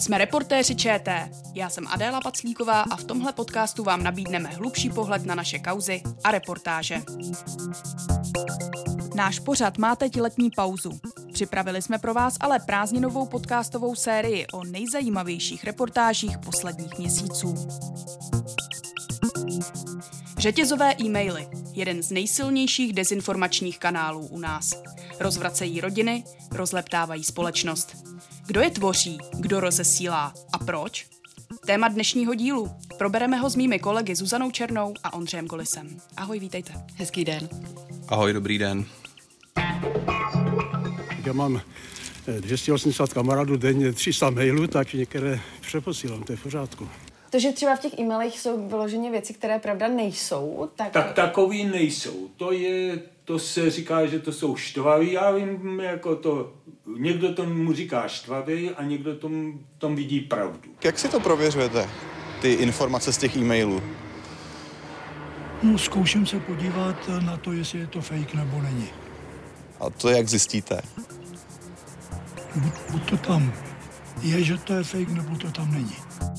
Jsme reportéři ČT. Já jsem Adéla Paclíková a v tomhle podcastu vám nabídneme hlubší pohled na naše kauzy a reportáže. Náš pořad má teď letní pauzu. Připravili jsme pro vás ale prázdninovou podcastovou sérii o nejzajímavějších reportážích posledních měsíců. Řetězové e-maily. Jeden z nejsilnějších dezinformačních kanálů u nás. Rozvracejí rodiny, rozleptávají společnost. Kdo je tvoří, kdo rozesílá a proč? Téma dnešního dílu. Probereme ho s mými kolegy Zuzanou Černou a Ondřejem Kolisem. Ahoj, vítejte. Hezký den. Ahoj, dobrý den. Já mám 280 kamarádů denně, 300 mailů, tak některé přeposílám, to je v pořádku. To, že třeba v těch e-mailech jsou vyloženě věci, které pravda nejsou, tak takový nejsou. To se říká, že to jsou štvaví. Já vím, jako to, někdo tomu říká štvaví a někdo tom vidí pravdu. Jak si to prověřujete, ty informace z těch e-mailů? No, zkouším se podívat na to, jestli je to fake nebo není. A to jak zjistíte? Buď to tam je, že to je fake, nebo to tam není.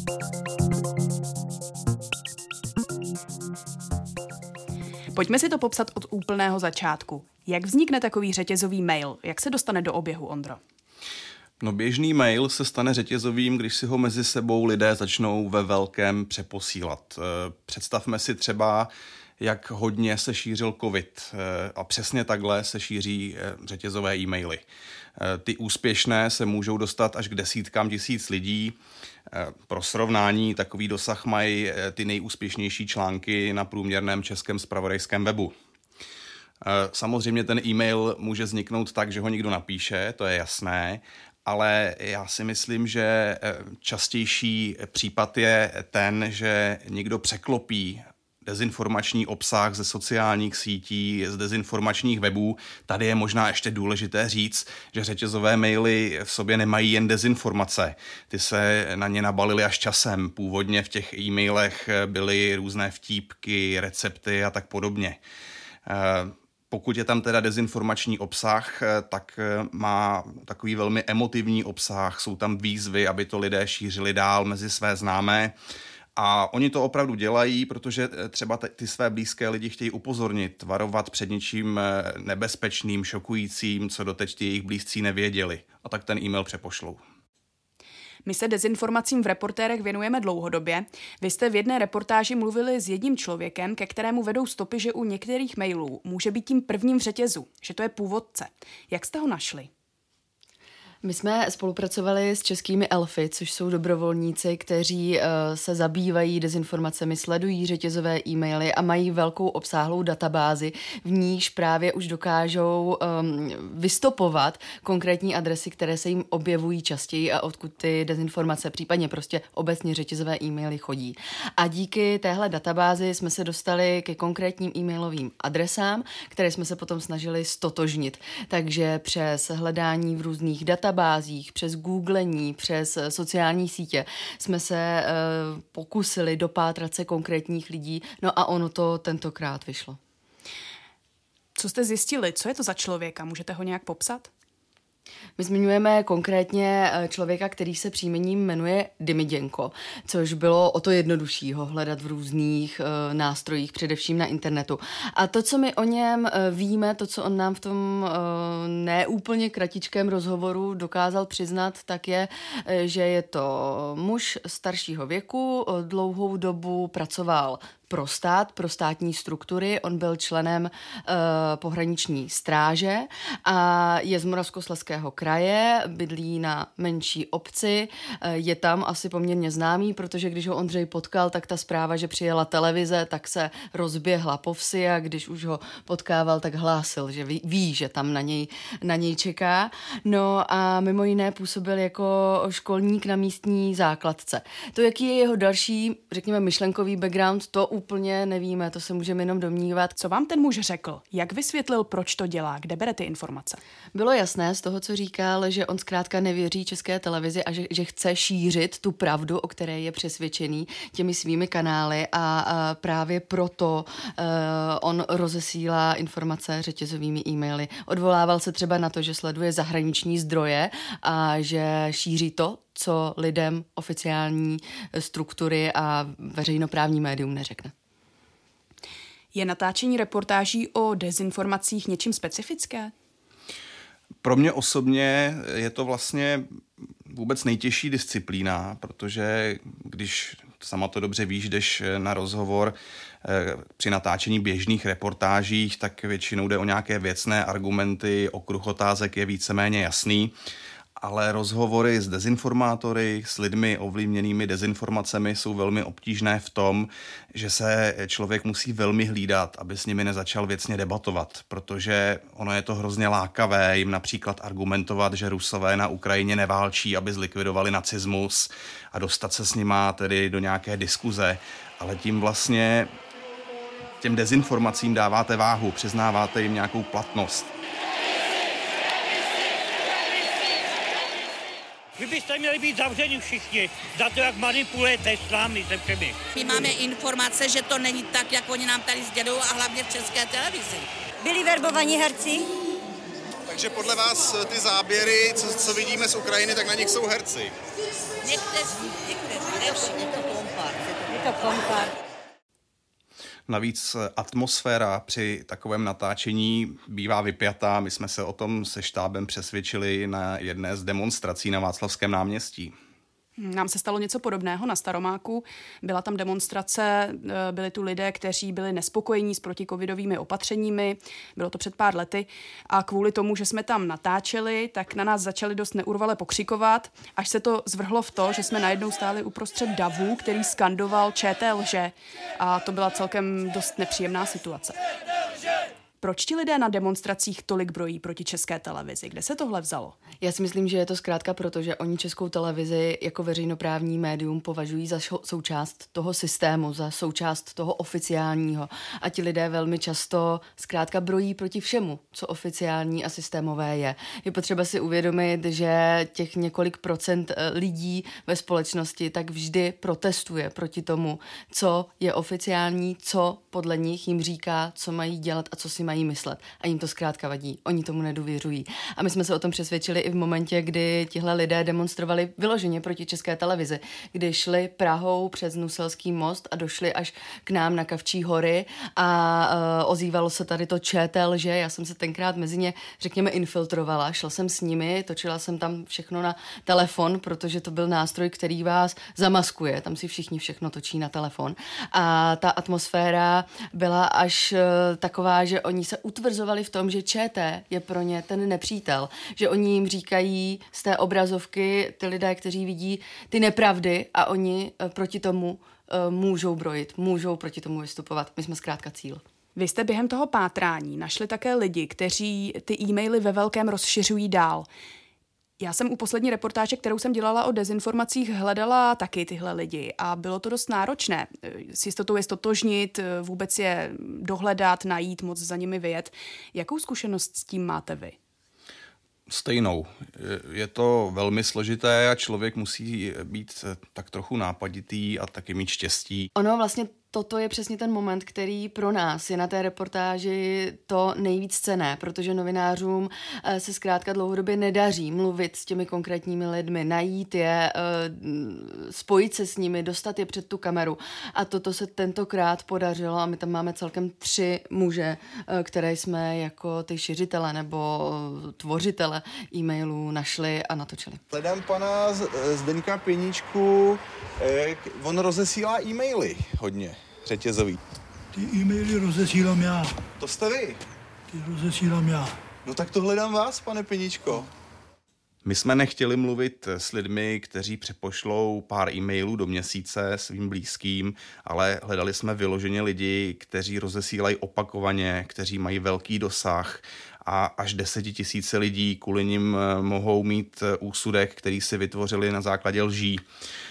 Pojďme si to popsat od úplného začátku. Jak vznikne takový řetězový mail? Jak se dostane do oběhu, Ondro? No, běžný mail se stane řetězovým, když si ho mezi sebou lidé začnou ve velkém přeposílat. Představme si třeba, jak hodně se šířil covid a přesně takhle se šíří řetězové e-maily. Ty úspěšné se můžou dostat až k desítkám tisíc lidí. Pro srovnání takový dosah mají ty nejúspěšnější články na průměrném českém zpravodajském webu. Samozřejmě ten e-mail může vzniknout tak, že ho někdo napíše, to je jasné, ale já si myslím, že častější případ je ten, že někdo překlopí dezinformační obsah ze sociálních sítí, z dezinformačních webů. Tady je možná ještě důležité říct, že řetězové maily v sobě nemají jen dezinformace. Ty se na ně nabalily až časem. Původně v těch e-mailech byly různé vtípky, recepty a tak podobně. Pokud je tam teda dezinformační obsah, tak má takový velmi emotivní obsah, jsou tam výzvy, aby to lidé šířili dál mezi své známé. A oni to opravdu dělají, protože třeba ty své blízké lidi chtějí upozornit, varovat před něčím nebezpečným, šokujícím, co doteď ti jejich blízcí nevěděli. A tak ten e-mail přepošlou. My se dezinformacím v Reportérech věnujeme dlouhodobě. Vy jste v jedné reportáži mluvili s jedním člověkem, ke kterému vedou stopy, že u některých mailů může být tím prvním v řetězu, že to je původce. Jak jste ho našli? My jsme spolupracovali s českými elfy, což jsou dobrovolníci, kteří se zabývají dezinformacemi, sledují řetězové e-maily a mají velkou obsáhlou databázi, v níž právě už dokážou vystopovat konkrétní adresy, které se jim objevují častěji a odkud ty dezinformace, případně prostě obecně řetězové e-maily chodí. A díky téhle databázi jsme se dostali ke konkrétním e-mailovým adresám, které jsme se potom snažili stotožnit. Takže přes hledání v různých databázích, přes googlení, přes sociální sítě jsme se pokusili dopátrat se konkrétních lidí, no a ono to tentokrát vyšlo. Co jste zjistili? Co je to za člověka? Můžete ho nějak popsat? My zmiňujeme konkrétně člověka, který se příjmením jmenuje Dymiděnko, což bylo o to jednodušší ho hledat v různých nástrojích, především na internetu. A to, co my o něm víme, to, co on nám v tom neúplně kratičkém rozhovoru dokázal přiznat, tak je, že je to muž staršího věku, dlouhou dobu pracoval pro stát, pro státní struktury. On byl členem pohraniční stráže a je z Moravskoslezského kraje, bydlí na menší obci, je tam asi poměrně známý, protože když ho Ondřej potkal, tak ta zpráva, že přijela televize, tak se rozběhla po vsi a když už ho potkával, tak hlásil, že ví, že tam na něj čeká. No a mimo jiné působil jako školník na místní základce. To, jaký je jeho další, řekněme, myšlenkový background, to úplně nevíme, to se můžeme jenom domnívat. Co vám ten muž řekl? Jak vysvětlil, proč to dělá? Kde bere ty informace? Bylo jasné z toho, co říkal, že on zkrátka nevěří České televizi a že chce šířit tu pravdu, o které je přesvědčený těmi svými kanály a právě proto on rozesílá informace řetězovými e-maily. Odvolával se třeba na to, že sleduje zahraniční zdroje a že šíří to, co lidem oficiální struktury a veřejnoprávní médium neřekne. Je natáčení reportáží o dezinformacích něčím specifické? Pro mě osobně je to vlastně vůbec nejtěžší disciplína, protože když sama to dobře víš, jdeš na rozhovor při natáčení běžných reportážích, tak většinou jde o nějaké věcné argumenty, okruh otázek je víceméně jasný, ale rozhovory s dezinformátory, s lidmi ovlivněnými dezinformacemi jsou velmi obtížné v tom, že se člověk musí velmi hlídat, aby s nimi nezačal věcně debatovat, protože ono je to hrozně lákavé jim například argumentovat, že Rusové na Ukrajině neválčí, aby zlikvidovali nacismus a dostat se s nima tedy do nějaké diskuze, ale tím vlastně těm dezinformacím dáváte váhu, přiznáváte jim nějakou platnost. Vy byste měli být zavřeni všichni za to, jak manipulujete s námi, se všemi. My máme informace, že to není tak, jak oni nám tady sdělují a hlavně v České televizi. Byli verbovaní herci? Takže podle vás ty záběry, co vidíme z Ukrajiny, tak na nich jsou herci? Někteří, ne všichni. Je to kompar. Navíc atmosféra při takovém natáčení bývá vypjatá. My jsme se o tom se štábem přesvědčili na jedné z demonstrací na Václavském náměstí. Nám se stalo něco podobného na Staromáku. Byla tam demonstrace, byli tu lidé, kteří byli nespokojení s protikovidovými opatřeními. Bylo to před pár lety a kvůli tomu, že jsme tam natáčeli, tak na nás začali dost neurvale pokřikovat, až se to zvrhlo v to, že jsme najednou stáli uprostřed davu, který skandoval ČT lže a to byla celkem dost nepříjemná situace. Proč ti lidé na demonstracích tolik brojí proti České televizi? Kde se tohle vzalo? Já si myslím, že je to zkrátka proto, že oni Českou televizi jako veřejnoprávní médium považují za součást toho systému, za součást toho oficiálního. A ti lidé velmi často zkrátka brojí proti všemu, co oficiální a systémové je. Je potřeba si uvědomit, že těch několik procent lidí ve společnosti tak vždy protestuje proti tomu, co je oficiální, co podle nich jim říká, co mají dělat a co si mají myslet. A jim to zkrátka vadí. Oni tomu nedůvěřují. A my jsme se o tom přesvědčili i v momentě, kdy tihle lidé demonstrovali vyloženě proti České televizi, kdy šli Prahou přes Nuselský most a došli až k nám na Kavčí hory a ozývalo se tady to ČT lže. Já jsem se tenkrát mezi ně, řekněme, infiltrovala. Šla jsem s nimi, točila jsem tam všechno na telefon, protože to byl nástroj, který vás zamaskuje. Tam si všichni všechno točí na telefon. A ta atmosféra byla až taková, že oni se utvrzovali v tom, že ČT je pro ně ten nepřítel, že oni jim říkají z té obrazovky ty lidé, kteří vidí ty nepravdy a oni proti tomu můžou brojit, můžou proti tomu vystupovat. My jsme zkrátka cíl. Vy jste během toho pátrání našli také lidi, kteří ty e-maily ve velkém rozšiřují dál. Já jsem u poslední reportáže, kterou jsem dělala o dezinformacích, hledala taky tyhle lidi a bylo to dost náročné. S jistotou je stotožnit, vůbec je dohledat, najít, moc za nimi vyjet. Jakou zkušenost s tím máte vy? Stejnou. Je to velmi složité a člověk musí být tak trochu nápaditý a taky mít štěstí. Ono vlastně toto je přesně ten moment, který pro nás je na té reportáži to nejvíc cenné, protože novinářům se zkrátka dlouhodobě nedaří mluvit s těmi konkrétními lidmi, najít je, spojit se s nimi, dostat je před tu kameru. A toto se tentokrát podařilo a my tam máme celkem 3 muže, které jsme jako ty šiřitele nebo tvořitele e-mailů našli a natočili. Hledám pana Zdeňka Pěníčku, on rozesílá e-maily hodně. Řetězový. Ty e-maily rozesílám já. To jste vy? Ty rozesílám já. No tak to hledám vás, pane Pěníčko. My jsme nechtěli mluvit s lidmi, kteří přepošlou pár e-mailů do měsíce svým blízkým, ale hledali jsme vyloženě lidi, kteří rozesílají opakovaně, kteří mají velký dosah a až 10 000 lidí kvůli nim mohou mít úsudek, který si vytvořili na základě lží.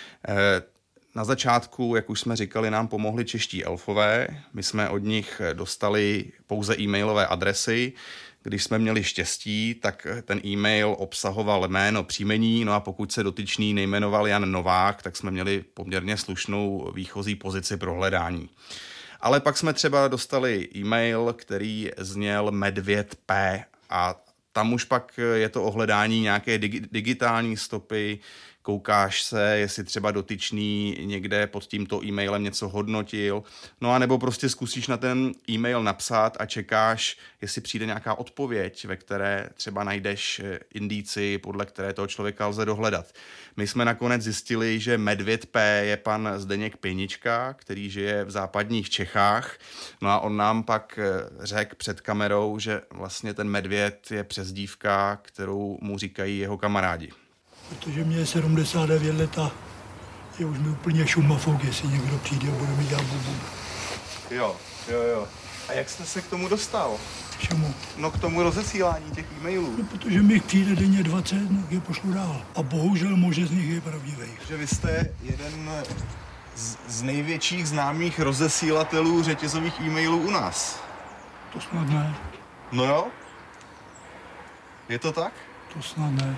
Na začátku, jak už jsme říkali, nám pomohli čeští elfové. My jsme od nich dostali pouze e-mailové adresy. Když jsme měli štěstí, tak ten e-mail obsahoval jméno, příjmení, no a pokud se dotyčný nejmenoval Jan Novák, tak jsme měli poměrně slušnou výchozí pozici pro hledání. Ale pak jsme třeba dostali e-mail, který zněl Medvěd P. a tam už pak je to ohledání nějaké digitální stopy, koukáš se, jestli třeba dotyčný někde pod tímto e-mailem něco hodnotil, no a nebo prostě zkusíš na ten e-mail napsat a čekáš, jestli přijde nějaká odpověď, ve které třeba najdeš indici, podle které toho člověka lze dohledat. My jsme nakonec zjistili, že Medvěd P je pan Zdeněk Pěnička, který žije v západních Čechách, no a on nám pak řekl před kamerou, že vlastně ten medvěd je přezdívka, kterou mu říkají jeho kamarádi. Protože mě je 79 let a je už mi úplně šumafok, jestli někdo přijde a bude mi dělat bubu. Jo. A jak jste se k tomu dostal? Čemu? No k tomu rozesílání těch e-mailů. No, protože mi přijde denně 20, no je pošlu dál. A bohužel možná z nich je pravdivý. Že vy jste jeden z největších známých rozesílatelů řetězových e-mailů u nás. To snad ne. No jo? Je to tak? To snad ne.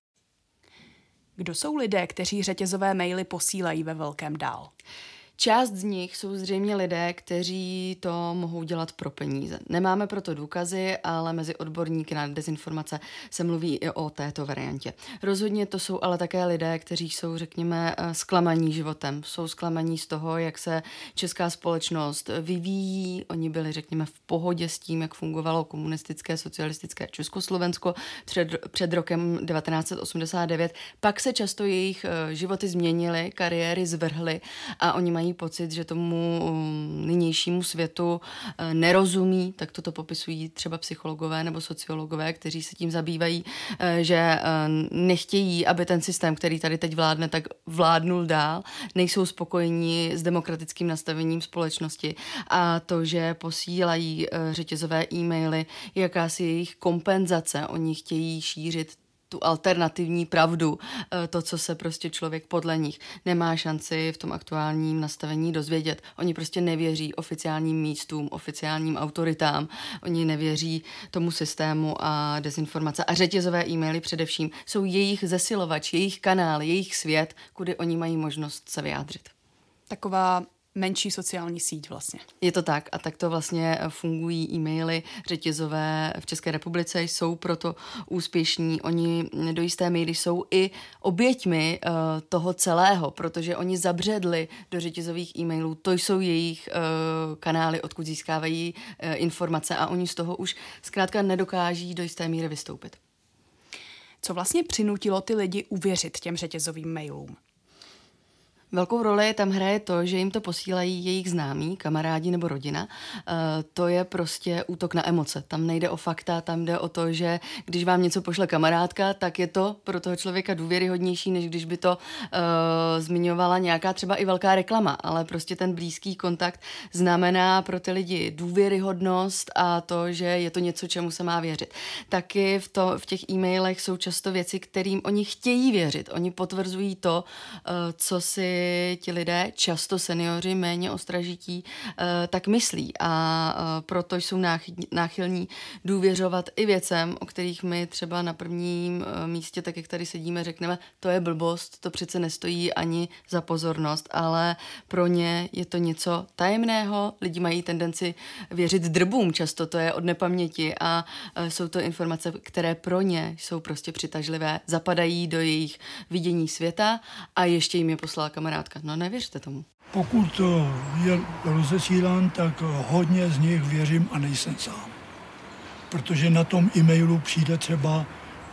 Kdo jsou lidé, kteří řetězové maily posílají ve velkém dál? Část z nich jsou zřejmě lidé, kteří to mohou dělat pro peníze. Nemáme proto důkazy, ale mezi odborníky na dezinformace se mluví i o této variantě. Rozhodně to jsou ale také lidé, kteří jsou, řekněme, zklamaní životem. Jsou zklamaní z toho, jak se česká společnost vyvíjí. Oni byli, řekněme, v pohodě s tím, jak fungovalo komunistické, socialistické Československo před rokem 1989. Pak se často jejich životy změnily, kariéry zvrhly a oni mají pocit, že tomu nynějšímu světu nerozumí, tak toto popisují třeba psychologové nebo sociologové, kteří se tím zabývají, že nechtějí, aby ten systém, který tady teď vládne, tak vládnul dál, nejsou spokojení s demokratickým nastavením společnosti a to, že posílají řetězové e-maily, jakási jejich kompenzace, oni chtějí šířit tu alternativní pravdu, to, co se prostě člověk podle nich nemá šanci v tom aktuálním nastavení dozvědět. Oni prostě nevěří oficiálním místům, oficiálním autoritám, oni nevěří tomu systému a dezinformace. A řetězové e-maily především jsou jejich zesilovač, jejich kanál, jejich svět, kudy oni mají možnost se vyjádřit. Taková menší sociální síť vlastně. Je to tak a tak to vlastně fungují e-maily řetězové v České republice, jsou proto úspěšní. Oni do jisté míry jsou i oběťmi toho celého, protože oni zabředli do řetězových e-mailů, to jsou jejich kanály, odkud získávají informace a oni z toho už zkrátka nedokáží do jisté míry vystoupit. Co vlastně přinutilo ty lidi uvěřit těm řetězovým mailům? Velkou roli tam hraje to, že jim to posílají jejich známí, kamarádi nebo rodina. To je prostě útok na emoce. Tam nejde o fakta, tam jde o to, že když vám něco pošle kamarádka, tak je to pro toho člověka důvěryhodnější, než když by to zmiňovala nějaká třeba i velká reklama. Ale prostě ten blízký kontakt znamená pro ty lidi důvěryhodnost a to, že je to něco, čemu se má věřit. Taky v těch e-mailech jsou často věci, kterým oni chtějí věřit. Oni potvrzují to, co si ti lidé, často seniori, méně ostražití, tak myslí a proto jsou náchylní důvěřovat i věcem, o kterých my třeba na prvním místě, tak jak tady sedíme, řekneme, to je blbost, to přece nestojí ani za pozornost, ale pro ně je to něco tajemného, lidi mají tendenci věřit drbům, často to je od nepaměti a jsou to informace, které pro ně jsou prostě přitažlivé, zapadají do jejich vidění světa a ještě jim je poslala kamarádka. No nevěřte tomu. Pokud je rozesílán, tak hodně z nich věřím a nejsem sám. Protože na tom e-mailu přijde třeba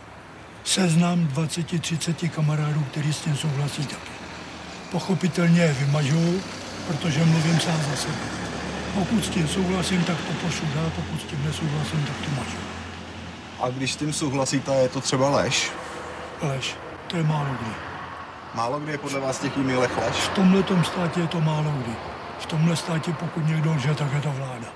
seznam 20-30 kamarádů, kteří s tím souhlasí taky. Pochopitelně je vymažu, protože mluvím sám za sebe. Pokud s tím souhlasím, tak to pošlu dál, pokud s tím nesouhlasím, tak to mažu. A když s tím souhlasíte, je to třeba lež? Lež, to je málo kdy. Málo kdy je podle vás těch e-mailech lež? V tomhletom státě je to málo kdy. V tomhle státě, pokud někdo lže, tak je to vláda.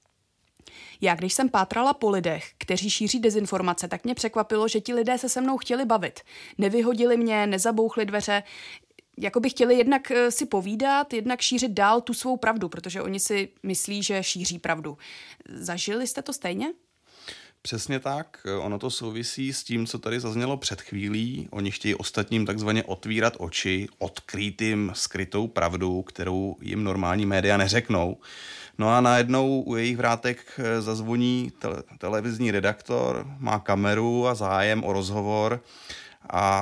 Já, když jsem pátrala po lidech, kteří šíří dezinformace, tak mě překvapilo, že ti lidé se se mnou chtěli bavit. Nevyhodili mě, nezabouchli dveře, jako by chtěli jednak si povídat, jednak šířit dál tu svou pravdu, protože oni si myslí, že šíří pravdu. Zažili jste to stejně? Přesně tak. Ono to souvisí s tím, co tady zaznělo před chvílí. Oni chtějí ostatním takzvaně otvírat oči, odkrýt jim skrytou pravdu, kterou jim normální média neřeknou. No a najednou u jejich vrátek zazvoní televizní redaktor, má kameru a zájem o rozhovor a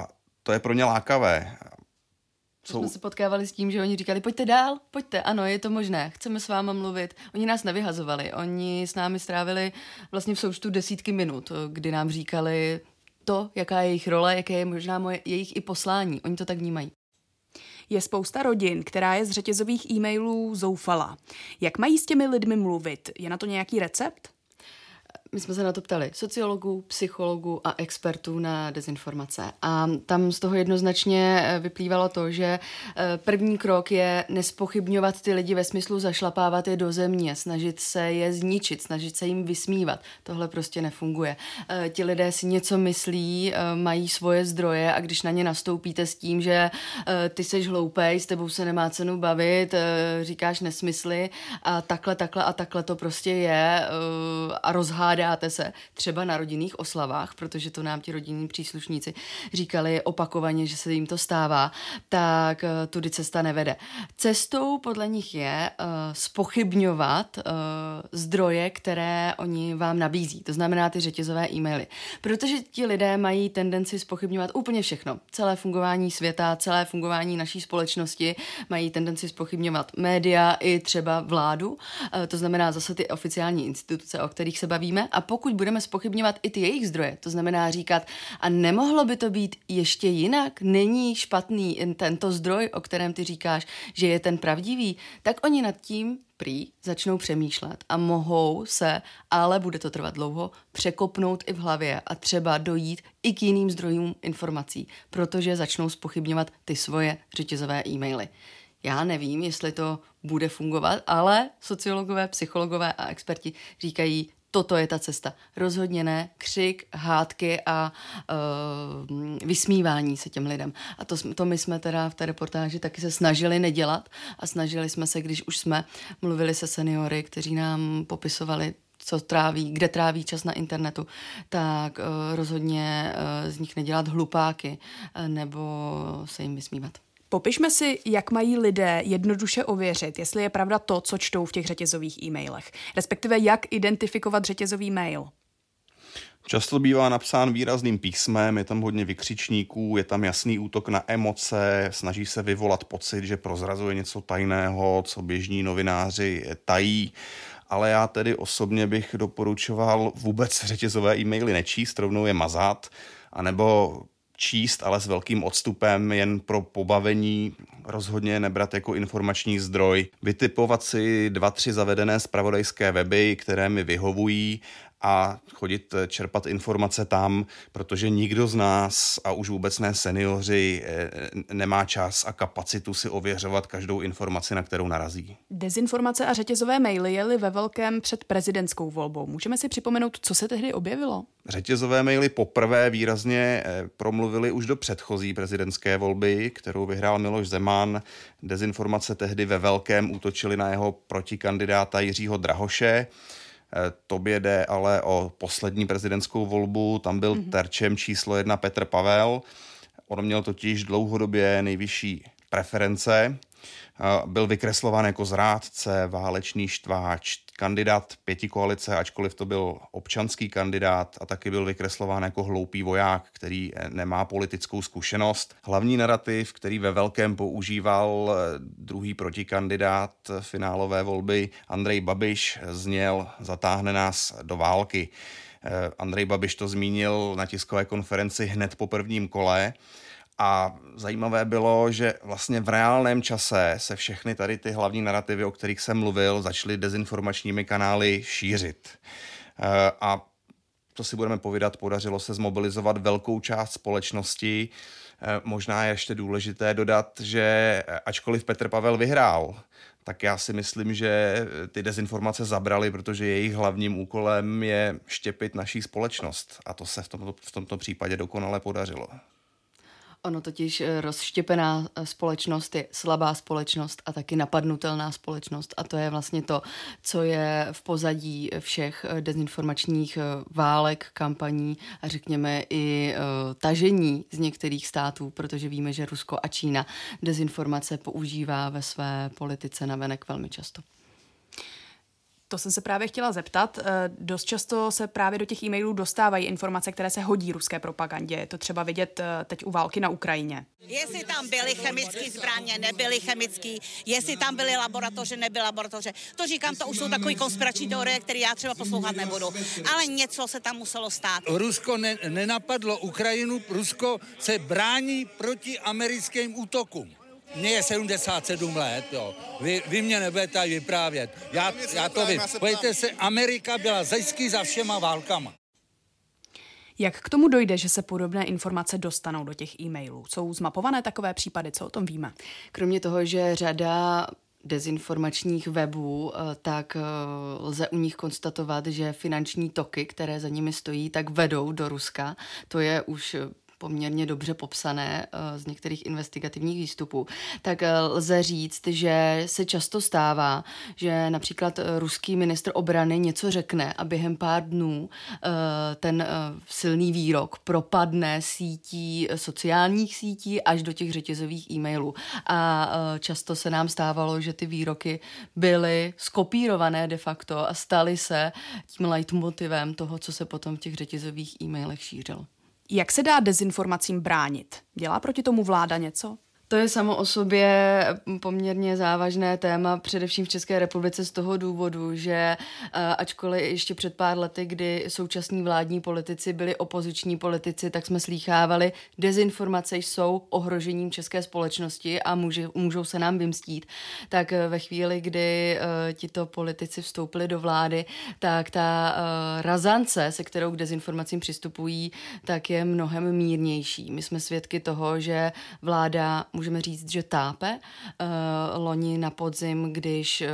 to je pro ně lákavé. Jsme se potkávali s tím, že oni říkali, pojďte dál, pojďte, ano, je to možné, chceme s váma mluvit. Oni nás nevyhazovali, oni s námi strávili vlastně v součtu desítky minut, kdy nám říkali to, jaká je jejich role, jaké je možná jejich i poslání. Oni to tak vnímají. Je spousta rodin, která je z řetězových e-mailů zoufalá. Jak mají s těmi lidmi mluvit? Je na to nějaký recept? My jsme se na to ptali sociologů, psychologů a expertů na dezinformace. A tam z toho jednoznačně vyplývalo to, že první krok je nespochybňovat ty lidi ve smyslu zašlapávat je do země, snažit se je zničit, snažit se jim vysmívat. Tohle prostě nefunguje. Ti lidé si něco myslí, mají svoje zdroje a když na ně nastoupíte s tím, že ty seš hloupej, s tebou se nemá cenu bavit, říkáš nesmysly a takhle to prostě je a rozhádáte se třeba na rodinných oslavách, protože to nám ti rodinní příslušníci říkali opakovaně, že se jim to stává, tak tudy cesta nevede. Cestou podle nich je zpochybňovat zdroje, které oni vám nabízí. To znamená ty řetězové e-maily. Protože ti lidé mají tendenci zpochybňovat úplně všechno. Celé fungování světa, celé fungování naší společnosti, mají tendenci zpochybňovat média i třeba vládu. To znamená zase ty oficiální instituce, o kterých se bavíme. A pokud budeme zpochybňovat i ty jejich zdroje, to znamená říkat, a nemohlo by to být ještě jinak, není špatný tento zdroj, o kterém ty říkáš, že je ten pravdivý, tak oni nad tím prý začnou přemýšlet a mohou se, ale bude to trvat dlouho, překopnout i v hlavě a třeba dojít i k jiným zdrojům informací, protože začnou zpochybňovat ty svoje řetězové e-maily. Já nevím, jestli to bude fungovat, ale sociologové, psychologové a experti říkají, toto je ta cesta. Rozhodně ne křik, hádky a vysmívání se těm lidem. A to my jsme teda v té reportáži taky se snažili nedělat a snažili jsme se, když už jsme mluvili se seniory, kteří nám popisovali, kde tráví čas na internetu, tak rozhodně z nich nedělat hlupáky nebo se jim vysmívat. Popišme si, jak mají lidé jednoduše ověřit, jestli je pravda to, co čtou v těch řetězových e-mailech. Respektive, jak identifikovat řetězový mail. Často bývá napsán výrazným písmem, je tam hodně vykřičníků, je tam jasný útok na emoce, snaží se vyvolat pocit, že prozrazuje něco tajného, co běžní novináři tají. Ale já tedy osobně bych doporučoval vůbec řetězové e-maily nečíst, rovnou je mazat, anebo číst, ale s velkým odstupem, jen pro pobavení, rozhodně nebrat jako informační zdroj. Vytipovat si 2-3 zavedené zpravodajské weby, které mi vyhovují a chodit čerpat informace tam, protože nikdo z nás, a už vůbec ne seniori, nemá čas a kapacitu si ověřovat každou informaci, na kterou narazí. Dezinformace a řetězové maily jeli ve velkém před prezidentskou volbou. Můžeme si připomenout, co se tehdy objevilo? Řetězové maily poprvé výrazně promluvily už do předchozí prezidentské volby, kterou vyhrál Miloš Zeman. Dezinformace tehdy ve velkém útočily na jeho protikandidáta Jiřího Drahoše. Tobě jde ale o poslední prezidentskou volbu, tam byl terčem číslo 1 Petr Pavel. On měl totiž dlouhodobě nejvyšší preference. Byl vykreslován jako zrádce, válečný štváč, kandidát pětikoalice, ačkoliv to byl občanský kandidát, a taky byl vykreslován jako hloupý voják, který nemá politickou zkušenost. Hlavní narrativ, který ve velkém používal druhý protikandidát finálové volby Andrej Babiš, zněl: zatáhne nás do války. Andrej Babiš to zmínil na tiskové konferenci hned po prvním kole. A zajímavé bylo, že vlastně v reálném čase se všechny tady ty hlavní narrativy, o kterých jsem mluvil, začaly dezinformačními kanály šířit. A to si budeme povídat, podařilo se zmobilizovat velkou část společnosti. Možná je ještě důležité dodat, že ačkoliv Petr Pavel vyhrál, tak já si myslím, že ty dezinformace zabraly, protože jejich hlavním úkolem je štěpit naší společnost. A to se v tomto případě dokonale podařilo. Ono totiž rozštěpená společnost je slabá společnost a taky napadnutelná společnost a to je vlastně to, co je v pozadí všech dezinformačních válek, kampaní a řekněme i tažení z některých států, protože víme, že Rusko a Čína dezinformace používá ve své politice navenek velmi často. To jsem se právě chtěla zeptat. Dost často se právě do těch e-mailů dostávají informace, které se hodí ruské propagandě. Je to třeba vidět teď u války na Ukrajině. Jestli tam byly chemické zbraně, nebyly chemické, jestli tam byly laboratoře, nebyly laboratoře. To říkám, to už jsou takové konspirační teorie, které já třeba poslouchat nebudu. Ale něco se tam muselo stát. Rusko nenapadlo Ukrajinu, Rusko se brání proti americkým útokům. Mně je 77 let, jo. Vy mě nebudete vyprávět. Já to vím. Pojďte se, Amerika byla vždycky za všema válkama. Jak k tomu dojde, že se podobné informace dostanou do těch e-mailů? Jsou zmapované takové případy? Co o tom víme? Kromě toho, že řada dezinformačních webů, tak lze u nich konstatovat, že finanční toky, které za nimi stojí, tak vedou do Ruska. To je už poměrně dobře popsané z některých investigativních výstupů, tak lze říct, že se často stává, že například ruský ministr obrany něco řekne a během pár dnů ten silný výrok propadne sítí, sociálních sítí až do těch řetězových e-mailů. A často se nám stávalo, že ty výroky byly skopírované de facto a staly se tím leitmotivem toho, co se potom v těch řetězových e-mailech šířilo. Jak se dá dezinformacím bránit? Dělá proti tomu vláda něco? To je samo o sobě poměrně závažné téma, především v České republice z toho důvodu, že ačkoliv ještě před pár lety, kdy současní vládní politici byli opoziční politici, tak jsme slýchávali, dezinformace jsou ohrožením české společnosti a můžou se nám vymstít. Tak ve chvíli, kdy tito politici vstoupili do vlády, tak ta razance, se kterou k dezinformacím přistupují, tak je mnohem mírnější. My jsme svědky toho, že vláda, můžeme říct, že tápe. Loni na podzim, když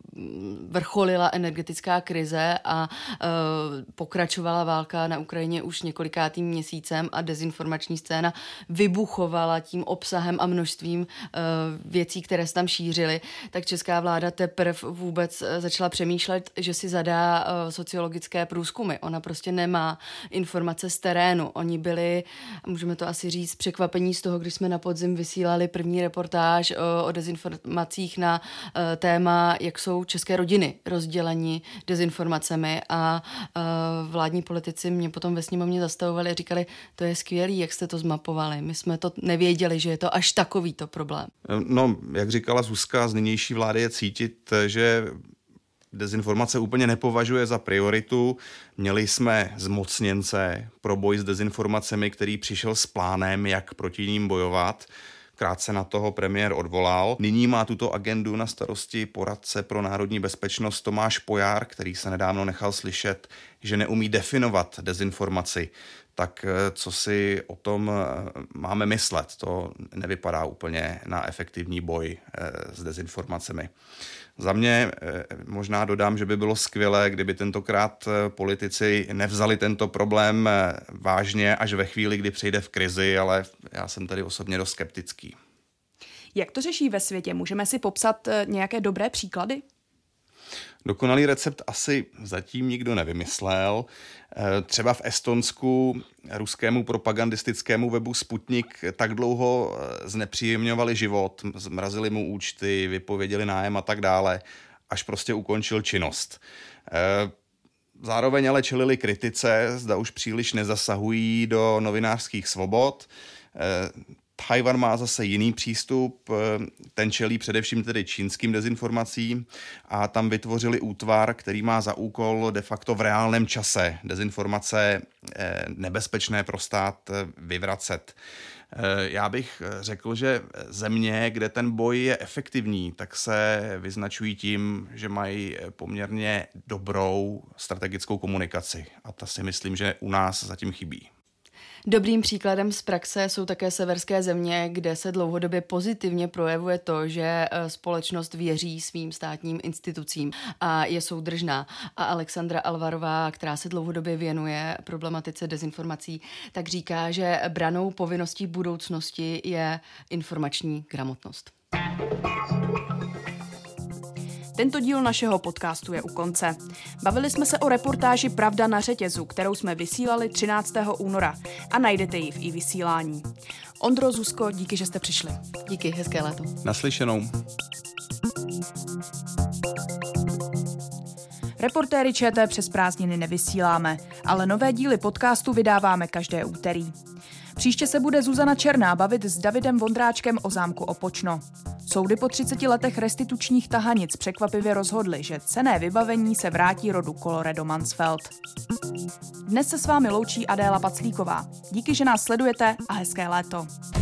vrcholila energetická krize a pokračovala válka na Ukrajině už několikátým měsícem a dezinformační scéna vybuchovala tím obsahem a množstvím věcí, které se tam šířily, tak česká vláda teprve vůbec začala přemýšlet, že si zadá sociologické průzkumy. Ona prostě nemá informace z terénu. Oni byli, můžeme to asi říct, překvapení z toho, když jsme na podzim vysílali první reportáž o dezinformacích na téma, jak jsou české rodiny rozděleni dezinformacemi a vládní politici mě potom ve sněmovně zastavovali a říkali, to je skvělý, jak jste to zmapovali. My jsme to nevěděli, že je to až takovýto problém. No, jak říkala Zuzka, z nynější vlády je cítit, že dezinformace úplně nepovažuje za prioritu. Měli jsme zmocněnce pro boj s dezinformacemi, který přišel s plánem, jak proti ním bojovat. Krátce na toho premiér odvolal. Nyní má tuto agendu na starosti poradce pro národní bezpečnost Tomáš Pojar, který se nedávno nechal slyšet, že neumí definovat dezinformaci. Tak co si o tom máme myslet? To nevypadá úplně na efektivní boj s dezinformacemi. Za mě možná dodám, že by bylo skvělé, kdyby tentokrát politici nevzali tento problém vážně až ve chvíli, kdy přijde v krizi, ale já jsem tady osobně dost skeptický. Jak to řeší ve světě? Můžeme si popsat nějaké dobré příklady? Dokonalý recept asi zatím nikdo nevymyslel. Třeba v Estonsku ruskému propagandistickému webu Sputnik tak dlouho znepříjemňovali život, zmrazili mu účty, vypověděli nájem a tak dále, až prostě ukončil činnost. Zároveň ale čelili kritice, zda už příliš nezasahují do novinářských svobod. Tchaj-wan má zase jiný přístup, ten čelí především tedy čínským dezinformacím a tam vytvořili útvar, který má za úkol de facto v reálném čase dezinformace nebezpečné pro stát vyvracet. Já bych řekl, že země, kde ten boj je efektivní, tak se vyznačují tím, že mají poměrně dobrou strategickou komunikaci a ta si myslím, že u nás zatím chybí. Dobrým příkladem z praxe jsou také severské země, kde se dlouhodobě pozitivně projevuje to, že společnost věří svým státním institucím a je soudržná. A Alexandra Alvarová, která se dlouhodobě věnuje problematice dezinformací, tak říká, že branou povinností budoucnosti je informační gramotnost. Tento díl našeho podcastu je u konce. Bavili jsme se o reportáži Pravda na řetězu, kterou jsme vysílali 13. února a najdete ji v iVysílání. Ondro, Zuzko, díky, že jste přišli. Díky, hezké léto. Naslyšenou. Reportéry ČT přes prázdniny nevysíláme, ale nové díly podcastu vydáváme každé úterý. Příště se bude Zuzana Černá bavit s Davidem Vondráčkem o zámku Opočno. Soudy po 30 letech restitučních tahanic překvapivě rozhodly, že cenné vybavení se vrátí rodu Colloredo Mansfeld. Dnes se s vámi loučí Adéla Paclíková. Díky, že nás sledujete a hezké léto.